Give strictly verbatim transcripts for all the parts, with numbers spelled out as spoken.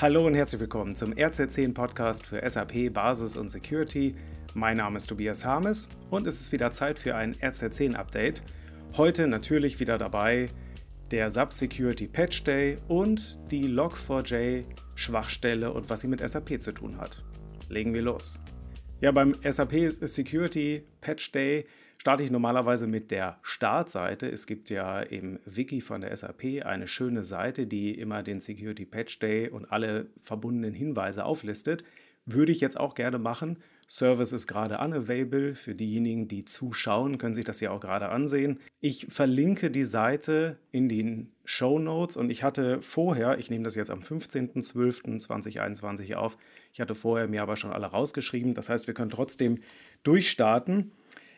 Hallo und herzlich willkommen zum R Z zehn Podcast für S A P, Basis und Security. Mein Name ist Tobias Harmes und es ist wieder Zeit für ein R Z zehn Update. Heute natürlich wieder dabei der S A P Security Patch Day und die Log vier j Schwachstelle und was sie mit S A P zu tun hat. Legen wir los. Ja, beim S A P Security Patch Day starte ich normalerweise mit der Startseite. Es gibt ja im Wiki von der S A P eine schöne Seite, die immer den Security Patch Day und alle verbundenen Hinweise auflistet. Würde ich jetzt auch gerne machen. Service ist gerade unavailable. Für diejenigen, die zuschauen, können sich das ja auch gerade ansehen. Ich verlinke die Seite in den Shownotes und ich hatte vorher, ich nehme das jetzt am fünfzehnten zwölften zweitausendeinundzwanzig auf, ich hatte vorher mir aber schon alle rausgeschrieben. Das heißt, wir können trotzdem durchstarten.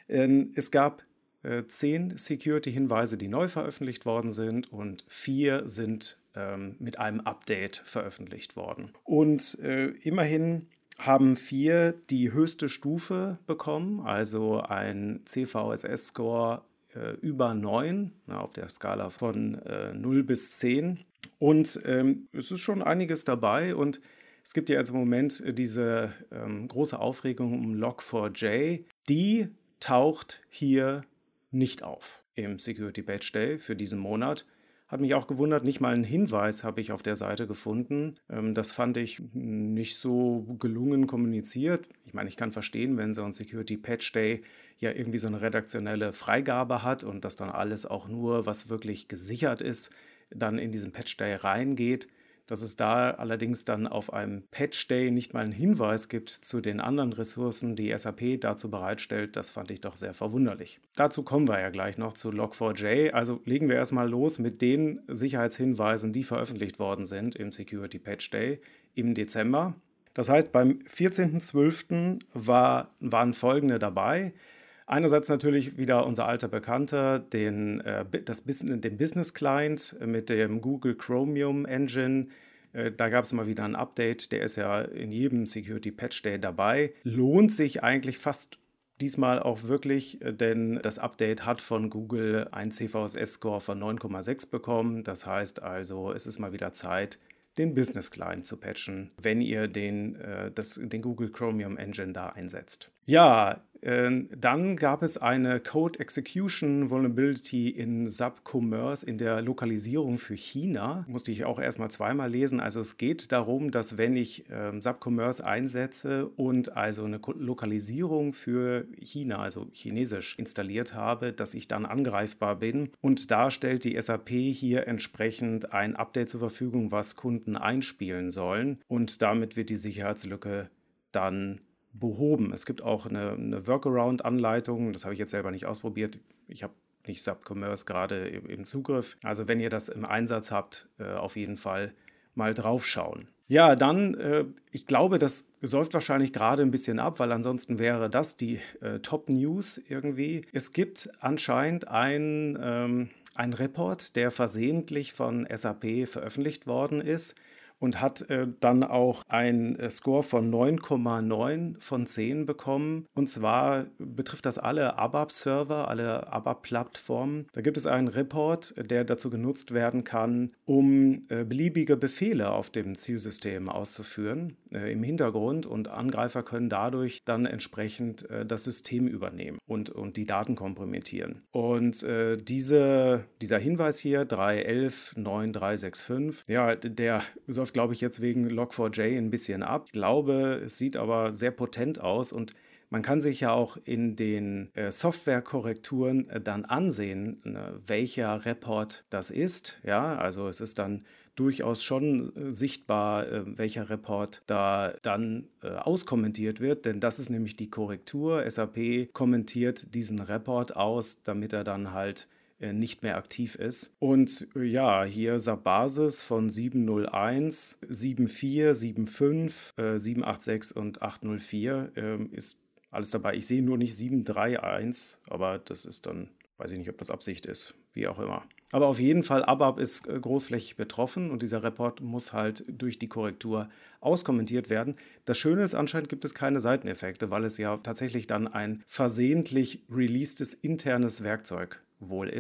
Es gab äh, zehn Security-Hinweise, die neu veröffentlicht worden sind und vier sind ähm, mit einem Update veröffentlicht worden. Und äh, immerhin haben vier die höchste Stufe bekommen, also ein C V S S-Score äh, über neun, na, auf der Skala von äh, null bis zehn. Und ähm, es ist schon einiges dabei und es gibt ja jetzt im Moment diese ähm, große Aufregung um Log vier j, die taucht hier nicht auf im Security Patch Day für diesen Monat. Hat mich auch gewundert, nicht mal einen Hinweis habe ich auf der Seite gefunden. Das fand ich nicht so gelungen kommuniziert. Ich meine, ich kann verstehen, wenn so ein Security Patch Day ja irgendwie so eine redaktionelle Freigabe hat und dass dann alles auch nur, was wirklich gesichert ist, dann in diesen Patch Day reingeht. Dass es da allerdings dann auf einem Patch Day nicht mal einen Hinweis gibt zu den anderen Ressourcen, die S A P dazu bereitstellt, das fand ich doch sehr verwunderlich. Dazu kommen wir ja gleich noch zu Log vier j, also legen wir erstmal los mit den Sicherheitshinweisen, die veröffentlicht worden sind im Security Patch Day im Dezember. Das heißt, beim vierzehnten zwölften war, waren folgende dabei. Einerseits natürlich wieder unser alter Bekannter, den, äh, das, den Business Client mit dem Google Chromium Engine. Äh, da gab es mal wieder ein Update, der ist ja in jedem Security Patch Day dabei. Lohnt sich eigentlich fast diesmal auch wirklich, denn das Update hat von Google einen C V S S-Score von neun Komma sechs bekommen. Das heißt also, es ist mal wieder Zeit, den Business Client zu patchen, wenn ihr den, äh, das, den Google Chromium Engine da einsetzt. Ja, äh, dann gab es eine Code Execution Vulnerability in S A P Commerce in der Lokalisierung für China. Musste ich auch erstmal zweimal lesen. Also es geht darum, dass wenn ich äh, S A P Commerce einsetze und also eine Lokalisierung für China, also Chinesisch, installiert habe, dass ich dann angreifbar bin. Und da stellt die S A P hier entsprechend ein Update zur Verfügung, was Kunden einspielen sollen. Und damit wird die Sicherheitslücke dann behoben. Es gibt auch eine, eine Workaround-Anleitung, das habe ich jetzt selber nicht ausprobiert. Ich habe nicht S A P Commerce gerade im Zugriff. Also wenn ihr das im Einsatz habt, äh, auf jeden Fall mal drauf schauen. Ja, dann, äh, ich glaube, das säuft wahrscheinlich gerade ein bisschen ab, weil ansonsten wäre das die äh, Top-News irgendwie. Es gibt anscheinend ein, ähm, ein Report, der versehentlich von S A P veröffentlicht worden ist und hat äh, dann auch einen äh, Score von neun Komma neun von zehn bekommen. Und zwar betrifft das alle A B A P-Server, alle A B A P-Plattformen. Da gibt es einen Report, der dazu genutzt werden kann, um äh, beliebige Befehle auf dem Zielsystem auszuführen äh, im Hintergrund. Und Angreifer können dadurch dann entsprechend äh, das System übernehmen und, und die Daten kompromittieren. Und äh, diese, dieser Hinweis hier, drei elf neun drei sechs fünf, ja, der säuft, glaube ich, jetzt wegen Log vier j ein bisschen ab. Ich glaube, es sieht aber sehr potent aus und man kann sich ja auch in den äh, Softwarekorrekturen äh, dann ansehen, äh, welcher Report das ist. Ja, also es ist dann durchaus schon äh, sichtbar, äh, welcher Report da dann äh, auskommentiert wird, denn das ist nämlich die Korrektur. S A P kommentiert diesen Report aus, damit er dann halt nicht mehr aktiv ist. Und ja, hier S A P Basis von sieben null eins, sieben vier, sieben fünf, äh, sieben acht sechs und acht null vier äh, ist alles dabei. Ich sehe nur nicht sieben drei eins, aber das ist dann, weiß ich nicht, ob das Absicht ist, wie auch immer. Aber auf jeden Fall, A B A P ist äh, großflächig betroffen und dieser Report muss halt durch die Korrektur auskommentiert werden. Das Schöne ist, anscheinend gibt es keine Seiteneffekte, weil es ja tatsächlich dann ein versehentlich releasedes internes Werkzeug wohl ist.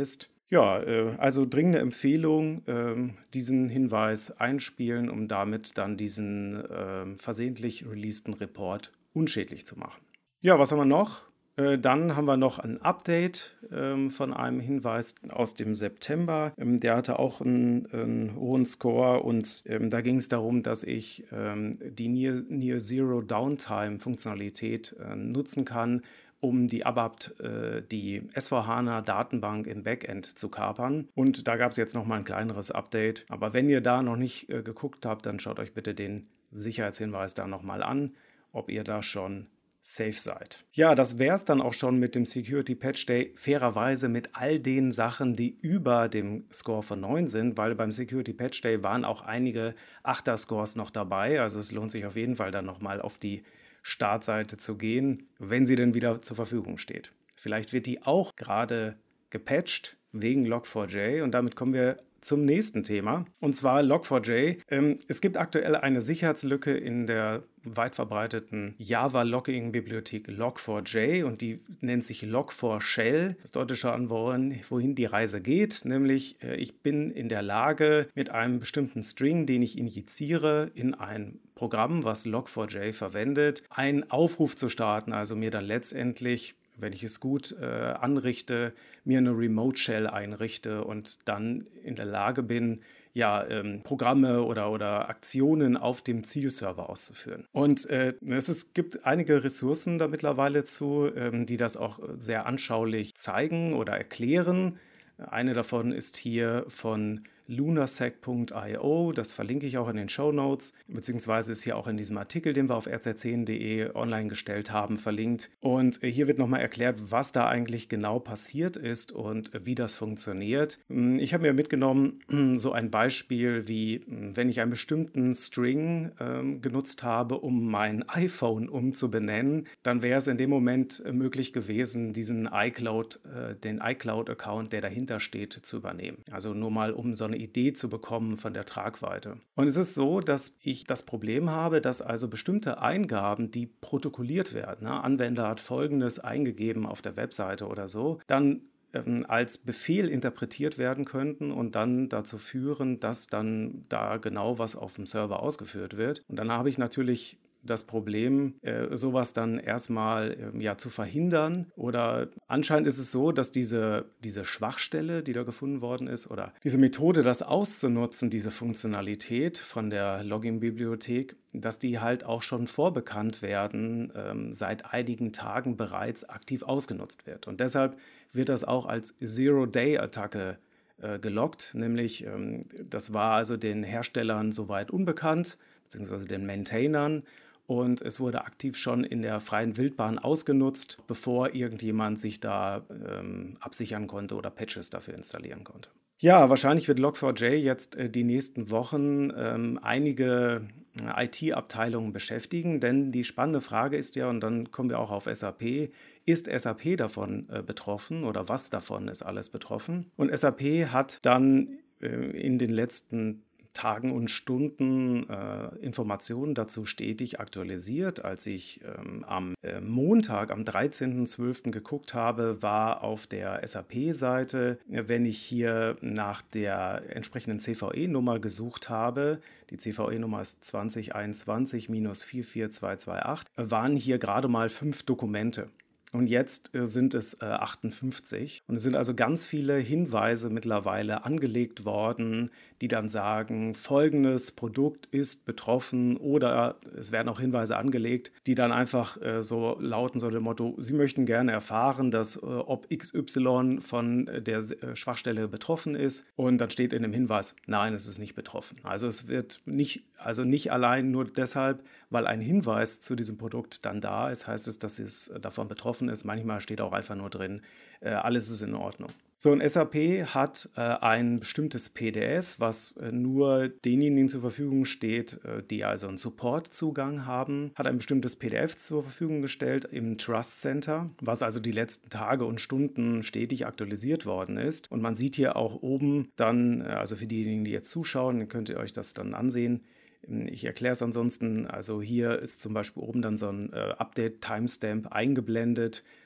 Ja, äh, also dringende Empfehlung, ähm, diesen Hinweis einspielen, um damit dann diesen ähm, versehentlich releaseden Report unschädlich zu machen. Ja, was haben wir noch? Äh, Dann haben wir noch ein Update ähm, von einem Hinweis aus dem September. Ähm, Der hatte auch einen, einen hohen Score und ähm, da ging es darum, dass ich ähm, die Near, Near Zero Downtime Funktionalität äh, nutzen kann, um die ABAP, äh, die S vier HANA Datenbank im Backend zu kapern. Und da gab es jetzt nochmal ein kleineres Update. Aber wenn ihr da noch nicht äh, geguckt habt, dann schaut euch bitte den Sicherheitshinweis da nochmal an, ob ihr da schon safe seid. Ja, das wäre es dann auch schon mit dem Security Patch Day, fairerweise mit all den Sachen, die über dem Score von neun sind, weil beim Security Patch Day waren auch einige Achter-Scores noch dabei, also es lohnt sich auf jeden Fall dann nochmal auf die Startseite zu gehen, wenn sie denn wieder zur Verfügung steht. Vielleicht wird die auch gerade gepatcht wegen log four j und damit kommen wir zum nächsten Thema, und zwar log four j. Ähm, es gibt aktuell eine Sicherheitslücke in der weit verbreiteten Java-Logging-Bibliothek log four j und die nennt sich log four shell. Das deutet schon an, wohin, wohin die Reise geht, nämlich äh, ich bin in der Lage, mit einem bestimmten String, den ich injiziere, in ein Programm, was log four j verwendet, einen Aufruf zu starten, also mir dann letztendlich, wenn ich es gut äh, anrichte, mir eine Remote Shell einrichte und dann in der Lage bin, ja, ähm, Programme oder, oder Aktionen auf dem Zielserver auszuführen. Und äh, es ist, gibt einige Ressourcen da mittlerweile zu, ähm, die das auch sehr anschaulich zeigen oder erklären. Eine davon ist hier von lunasec punkt io, das verlinke ich auch in den Shownotes, beziehungsweise ist hier auch in diesem Artikel, den wir auf r z zehn punkt de online gestellt haben, verlinkt. Und hier wird nochmal erklärt, was da eigentlich genau passiert ist und wie das funktioniert. Ich habe mir mitgenommen, so ein Beispiel wie, wenn ich einen bestimmten String ähm, genutzt habe, um mein iPhone umzubenennen, dann wäre es in dem Moment möglich gewesen, diesen iCloud, äh, den iCloud-Account, der dahinter steht, zu übernehmen. Also nur mal, um so eine Idee zu bekommen von der Tragweite. Und es ist so, dass ich das Problem habe, dass also bestimmte Eingaben, die protokolliert werden, ne? Anwender hat Folgendes eingegeben auf der Webseite oder so, dann ähm, als Befehl interpretiert werden könnten und dann dazu führen, dass dann da genau was auf dem Server ausgeführt wird. Und dann habe ich natürlich das Problem, äh, sowas dann erstmal äh, ja, zu verhindern. Oder anscheinend ist es so, dass diese, diese Schwachstelle, die da gefunden worden ist, oder diese Methode, das auszunutzen, diese Funktionalität von der Login-Bibliothek, dass die halt auch schon vorbekannt werden, ähm, seit einigen Tagen bereits aktiv ausgenutzt wird. Und deshalb wird das auch als Zero-Day-Attacke äh, geloggt, nämlich ähm, das war also den Herstellern soweit unbekannt, beziehungsweise den Maintainern. Und es wurde aktiv schon in der freien Wildbahn ausgenutzt, bevor irgendjemand sich da ähm, absichern konnte oder Patches dafür installieren konnte. Ja, wahrscheinlich wird log four j jetzt äh, die nächsten Wochen ähm, einige I T-Abteilungen beschäftigen, denn die spannende Frage ist ja, und dann kommen wir auch auf S A P, ist S A P davon äh, betroffen oder was davon ist alles betroffen? Und S A P hat dann äh, in den letzten Tagen und Stunden äh, Informationen dazu stetig aktualisiert. Als ich ähm, am äh, Montag, am dreizehnten zwölften geguckt habe, war auf der S A P-Seite, wenn ich hier nach der entsprechenden C V E-Nummer gesucht habe, die C V E-Nummer ist zwanzig einundzwanzig vier vier zwei zwei acht, waren hier gerade mal fünf Dokumente. Und jetzt äh, sind es äh, achtundfünfzig. Und es sind also ganz viele Hinweise mittlerweile angelegt worden, die dann sagen, folgendes Produkt ist betroffen, oder es werden auch Hinweise angelegt, die dann einfach äh, so lauten, so dem Motto, Sie möchten gerne erfahren, dass äh, ob X Y von der äh, Schwachstelle betroffen ist. Und dann steht in dem Hinweis, nein, es ist nicht betroffen. Also es wird nicht, also nicht allein nur deshalb, weil ein Hinweis zu diesem Produkt dann da ist, heißt es, dass es davon betroffen ist. Manchmal steht auch einfach nur drin, äh, alles ist in Ordnung. So, und S A P hat äh, ein bestimmtes P D F, was äh, nur denjenigen zur Verfügung steht, äh, die also einen Support-Zugang haben, hat ein bestimmtes P D F zur Verfügung gestellt im Trust Center, was also die letzten Tage und Stunden stetig aktualisiert worden ist. Und man sieht hier auch oben dann, äh, also für diejenigen, die jetzt zuschauen, könnt ihr euch das dann ansehen. Ich erkläre es ansonsten, also hier ist zum Beispiel oben dann so ein äh, Update-Timestamp eingeblendet,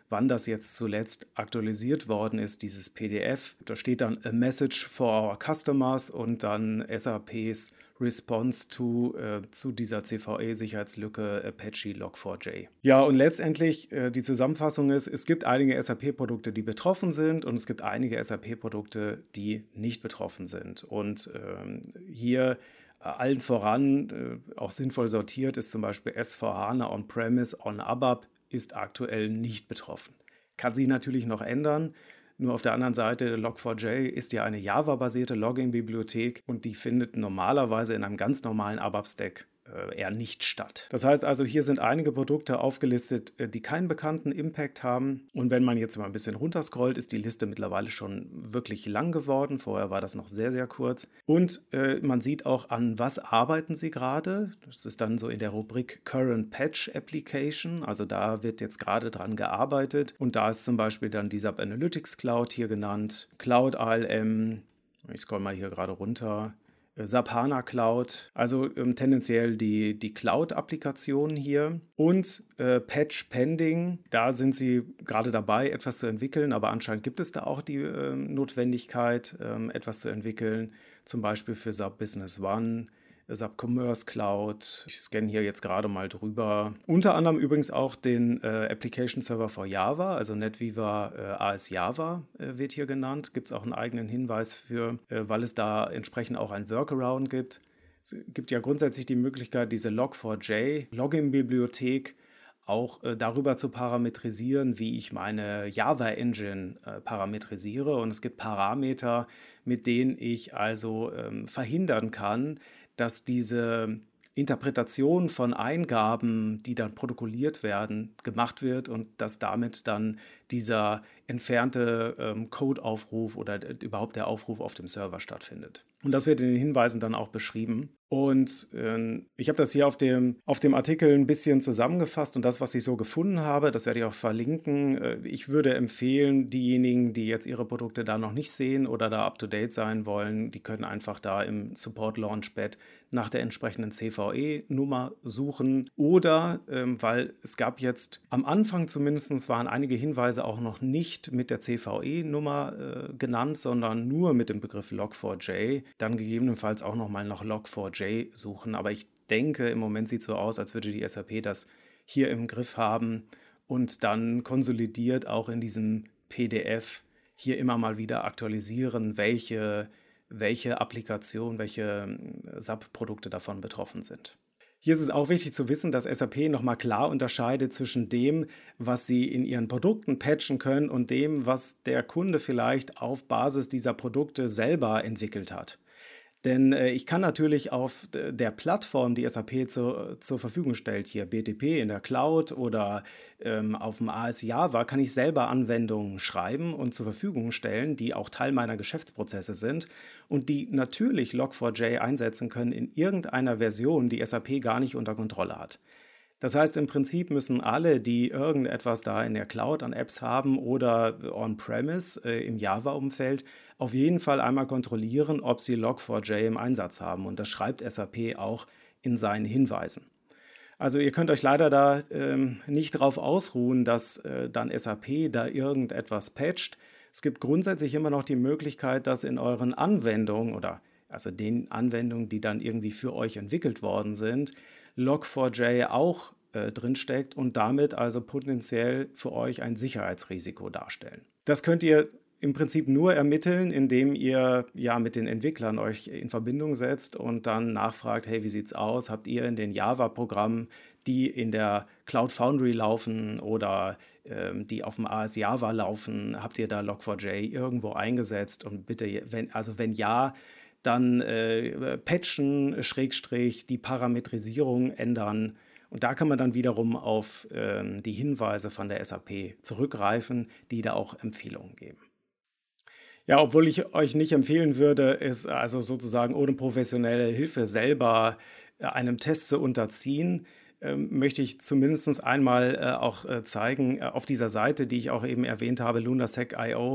wann das jetzt zuletzt aktualisiert worden ist, dieses P D F. Da steht dann A Message for our Customers und dann S A Ps Response to äh, zu dieser C V E-Sicherheitslücke Apache log four j. Ja, und letztendlich äh, die Zusammenfassung ist, es gibt einige S A P-Produkte, die betroffen sind und es gibt einige S A P-Produkte, die nicht betroffen sind. Und ähm, hier äh, allen voran, äh, auch sinnvoll sortiert, ist zum Beispiel S vier HANA On-Premise on A B A P ist aktuell nicht betroffen. Kann sich natürlich noch ändern. Nur auf der anderen Seite, log four j ist ja eine Java-basierte Logging-Bibliothek und die findet normalerweise in einem ganz normalen A B A P-Stack äh, eher nicht statt. Das heißt also, hier sind einige Produkte aufgelistet, äh, die keinen bekannten Impact haben. Und wenn man jetzt mal ein bisschen runterscrollt, ist die Liste mittlerweile schon wirklich lang geworden. Vorher war das noch sehr, sehr kurz. Und äh, man sieht auch, an was arbeiten sie gerade. Das ist dann so in der Rubrik Current Patch Application. Also da wird jetzt gerade dran gearbeitet. Und da ist zum Beispiel dann die S A P Analytics Cloud hier genannt, Cloud A L M, ich scroll mal hier gerade runter, S A P HANA Cloud, also ähm, tendenziell die, die Cloud-Applikationen hier und äh, Patch Pending, da sind sie gerade dabei, etwas zu entwickeln, aber anscheinend gibt es da auch die äh, Notwendigkeit, äh, etwas zu entwickeln, zum Beispiel für S A P Business One, S A P Commerce Cloud. Ich scanne hier jetzt gerade mal drüber. Unter anderem übrigens auch den äh, Application Server for Java, also NetWeaver äh, A S Java äh, wird hier genannt. Gibt es auch einen eigenen Hinweis für, äh, weil es da entsprechend auch ein Workaround gibt. Es gibt ja grundsätzlich die Möglichkeit, diese log four j Login-Bibliothek auch äh, darüber zu parametrisieren, wie ich meine Java-Engine äh, parametrisiere. Und es gibt Parameter, mit denen ich also ähm, verhindern kann, dass diese Interpretation von Eingaben, die dann protokolliert werden, gemacht wird und dass damit dann dieser entfernte ähm, Codeaufruf oder d- überhaupt der Aufruf auf dem Server stattfindet. Und das wird in den Hinweisen dann auch beschrieben. Und äh, ich habe das hier auf dem, auf dem Artikel ein bisschen zusammengefasst und das, was ich so gefunden habe, das werde ich auch verlinken. Äh, ich würde empfehlen, diejenigen, die jetzt ihre Produkte da noch nicht sehen oder da up-to-date sein wollen, die können einfach da im Support Launchpad nach der entsprechenden C V E-Nummer suchen. Oder, ähm, weil es gab jetzt am Anfang zumindest waren einige Hinweise auch noch nicht mit der C V E-Nummer äh, genannt, sondern nur mit dem Begriff log four j. Dann gegebenenfalls auch nochmal nach log four j suchen. Aber ich denke, im Moment sieht es so aus, als würde die S A P das hier im Griff haben und dann konsolidiert auch in diesem P D F hier immer mal wieder aktualisieren, welche, welche Applikationen, welche S A P-Produkte davon betroffen sind. Hier ist es auch wichtig zu wissen, dass S A P nochmal klar unterscheidet zwischen dem, was sie in ihren Produkten patchen können und dem, was der Kunde vielleicht auf Basis dieser Produkte selber entwickelt hat. Denn äh, ich kann natürlich auf d- der Plattform, die S A P zu, zur Verfügung stellt, hier B T P in der Cloud oder ähm, auf dem A S Java, kann ich selber Anwendungen schreiben und zur Verfügung stellen, die auch Teil meiner Geschäftsprozesse sind und die natürlich log four j einsetzen können in irgendeiner Version, die S A P gar nicht unter Kontrolle hat. Das heißt, im Prinzip müssen alle, die irgendetwas da in der Cloud an Apps haben oder on-premise äh, im Java-Umfeld, auf jeden Fall einmal kontrollieren, ob sie log four j im Einsatz haben. Und das schreibt S A P auch in seinen Hinweisen. Also ihr könnt euch leider da ähm, nicht darauf ausruhen, dass äh, dann S A P da irgendetwas patcht. Es gibt grundsätzlich immer noch die Möglichkeit, dass in euren Anwendungen oder also den Anwendungen, die dann irgendwie für euch entwickelt worden sind, log four j auch äh, drinsteckt und damit also potenziell für euch ein Sicherheitsrisiko darstellen. Das könnt ihr im Prinzip nur ermitteln, indem ihr ja mit den Entwicklern euch in Verbindung setzt und dann nachfragt, hey, wie sieht's aus? Habt ihr in den Java-Programmen, die in der Cloud Foundry laufen oder ähm, die auf dem A S Java laufen, habt ihr da log four j irgendwo eingesetzt? Und bitte, wenn, also wenn ja, dann äh, patchen, Schrägstrich, die Parametrisierung ändern. Und da kann man dann wiederum auf ähm, die Hinweise von der S A P zurückgreifen, die da auch Empfehlungen geben. Ja, obwohl ich euch nicht empfehlen würde, ist also sozusagen ohne professionelle Hilfe selber äh, einem Test zu unterziehen, ähm, möchte ich zumindest einmal äh, auch äh, zeigen, äh, auf dieser Seite, die ich auch eben erwähnt habe, lunasec punkt i o,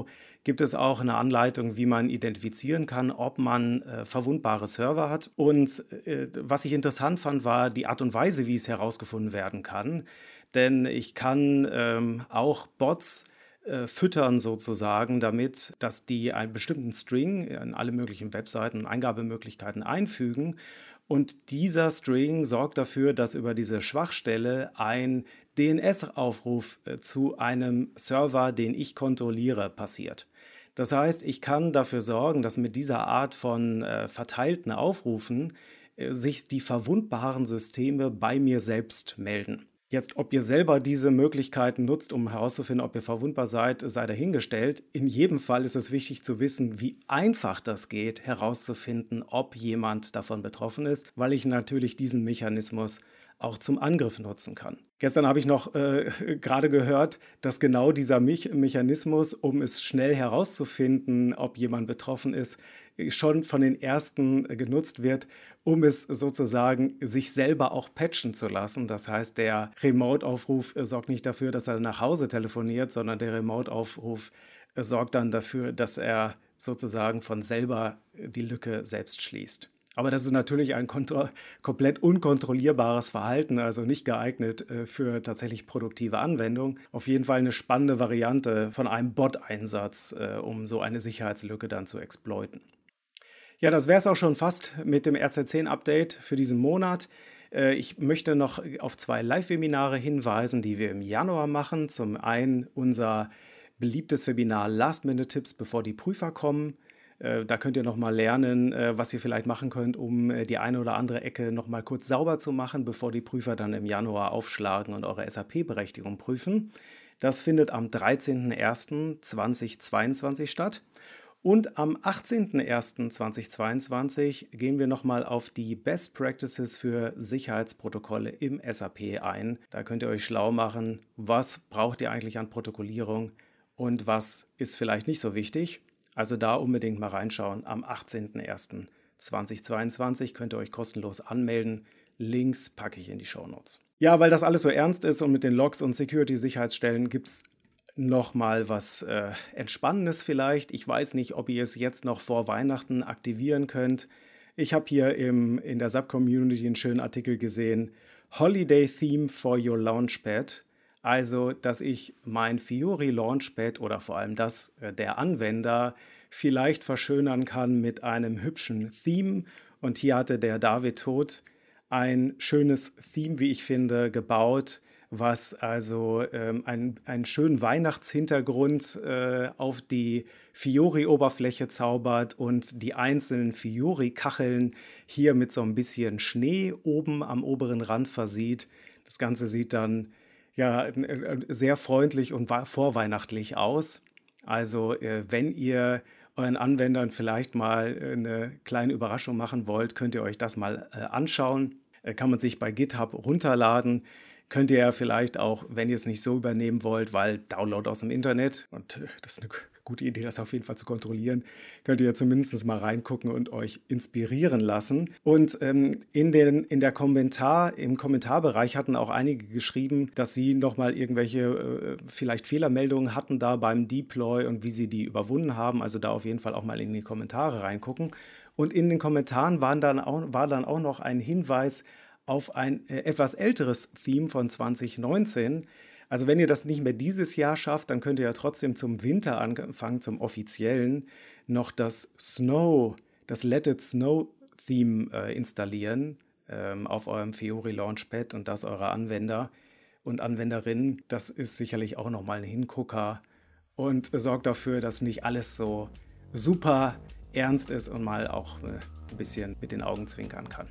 gibt es auch eine Anleitung, wie man identifizieren kann, ob man äh, verwundbare Server hat. Und äh, was ich interessant fand, war die Art und Weise, wie es herausgefunden werden kann. Denn ich kann ähm, auch Bots äh, füttern sozusagen damit, dass die einen bestimmten String in alle möglichen Webseiten und Eingabemöglichkeiten einfügen. Und dieser String sorgt dafür, dass über diese Schwachstelle ein D N S-Aufruf äh, zu einem Server, den ich kontrolliere, passiert. Das heißt, ich kann dafür sorgen, dass mit dieser Art von äh, verteilten Aufrufen äh, sich die verwundbaren Systeme bei mir selbst melden. Jetzt, ob ihr selber diese Möglichkeiten nutzt, um herauszufinden, ob ihr verwundbar seid, sei dahingestellt. In jedem Fall ist es wichtig zu wissen, wie einfach das geht, herauszufinden, ob jemand davon betroffen ist, weil ich natürlich diesen Mechanismus auch zum Angriff nutzen kann. Gestern habe ich noch äh, gerade gehört, dass genau dieser Me- Mechanismus, um es schnell herauszufinden, ob jemand betroffen ist, schon von den ersten genutzt wird, um es sozusagen sich selber auch patchen zu lassen. Das heißt, der Remote-Aufruf sorgt nicht dafür, dass er nach Hause telefoniert, sondern der Remote-Aufruf sorgt dann dafür, dass er sozusagen von selber die Lücke selbst schließt. Aber das ist natürlich ein kontra- komplett unkontrollierbares Verhalten, also nicht geeignet äh, für tatsächlich produktive Anwendung. Auf jeden Fall eine spannende Variante von einem Bot-Einsatz, äh, um so eine Sicherheitslücke dann zu exploiten. Ja, das wäre es auch schon fast mit dem R Z zehn Update für diesen Monat. Äh, ich möchte noch auf zwei Live-Webinare hinweisen, die wir im Januar machen. Zum einen unser beliebtes Webinar Last-Minute-Tipps, bevor die Prüfer kommen. Da könnt ihr nochmal lernen, was ihr vielleicht machen könnt, um die eine oder andere Ecke nochmal kurz sauber zu machen, bevor die Prüfer dann im Januar aufschlagen und eure S A P-Berechtigung prüfen. Das findet am dreizehnten ersten zweitausendzweiundzwanzig statt. Und am achtzehnten ersten zweitausendzweiundzwanzig gehen wir nochmal auf die Best Practices für Sicherheitsprotokolle im S A P ein. Da könnt ihr euch schlau machen, was braucht ihr eigentlich an Protokollierung und was ist vielleicht nicht so wichtig. Also da unbedingt mal reinschauen. Am achtzehnten ersten zweitausendzweiundzwanzig könnt ihr euch kostenlos anmelden. Links packe ich in die Shownotes. Ja, weil das alles so ernst ist und mit den Logs und Security-Sicherheitsstellen gibt es nochmal was äh, Entspannendes vielleicht. Ich weiß nicht, ob ihr es jetzt noch vor Weihnachten aktivieren könnt. Ich habe hier im, in der S A P-Community einen schönen Artikel gesehen. Holiday Theme for your Launchpad. Also, dass ich mein Fiori Launchpad oder vor allem das äh, der Anwender vielleicht verschönern kann mit einem hübschen Theme. Und hier hatte der David Todt ein schönes Theme, wie ich finde, gebaut, was also ähm, ein, einen schönen Weihnachtshintergrund äh, auf die Fiori-Oberfläche zaubert und die einzelnen Fiori-Kacheln hier mit so ein bisschen Schnee oben am oberen Rand versieht. Das Ganze sieht dann ja sehr freundlich und vorweihnachtlich aus. Also äh, wenn ihr euren Anwendern vielleicht mal eine kleine Überraschung machen wollt, könnt ihr euch das mal äh, anschauen. Äh, kann man sich bei GitHub runterladen. Könnt ihr ja vielleicht auch, wenn ihr es nicht so übernehmen wollt, weil Download aus dem Internet, und äh, das ist eine gute Idee, das auf jeden Fall zu kontrollieren, könnt ihr zumindest mal reingucken und euch inspirieren lassen. Und ähm, in, den, in der Kommentar, im Kommentarbereich hatten auch einige geschrieben, dass sie nochmal irgendwelche äh, vielleicht Fehlermeldungen hatten da beim Deploy und wie sie die überwunden haben. Also da auf jeden Fall auch mal in die Kommentare reingucken. Und in den Kommentaren waren dann auch, war dann auch noch ein Hinweis auf ein äh, etwas älteres Theme von zwanzig neunzehn. Also wenn ihr das nicht mehr dieses Jahr schafft, dann könnt ihr ja trotzdem zum Winter anfangen, zum offiziellen, noch das Snow, das Let It Snow Theme äh, installieren ähm, auf eurem Fiori Launchpad und das eurer Anwender und Anwenderinnen. Das ist sicherlich auch nochmal ein Hingucker und sorgt dafür, dass nicht alles so super ernst ist und mal auch äh, ein bisschen mit den Augen zwinkern kann.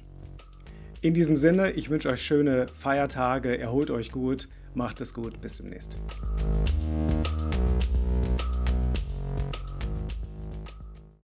In diesem Sinne, ich wünsche euch schöne Feiertage, erholt euch gut, macht es gut, bis demnächst.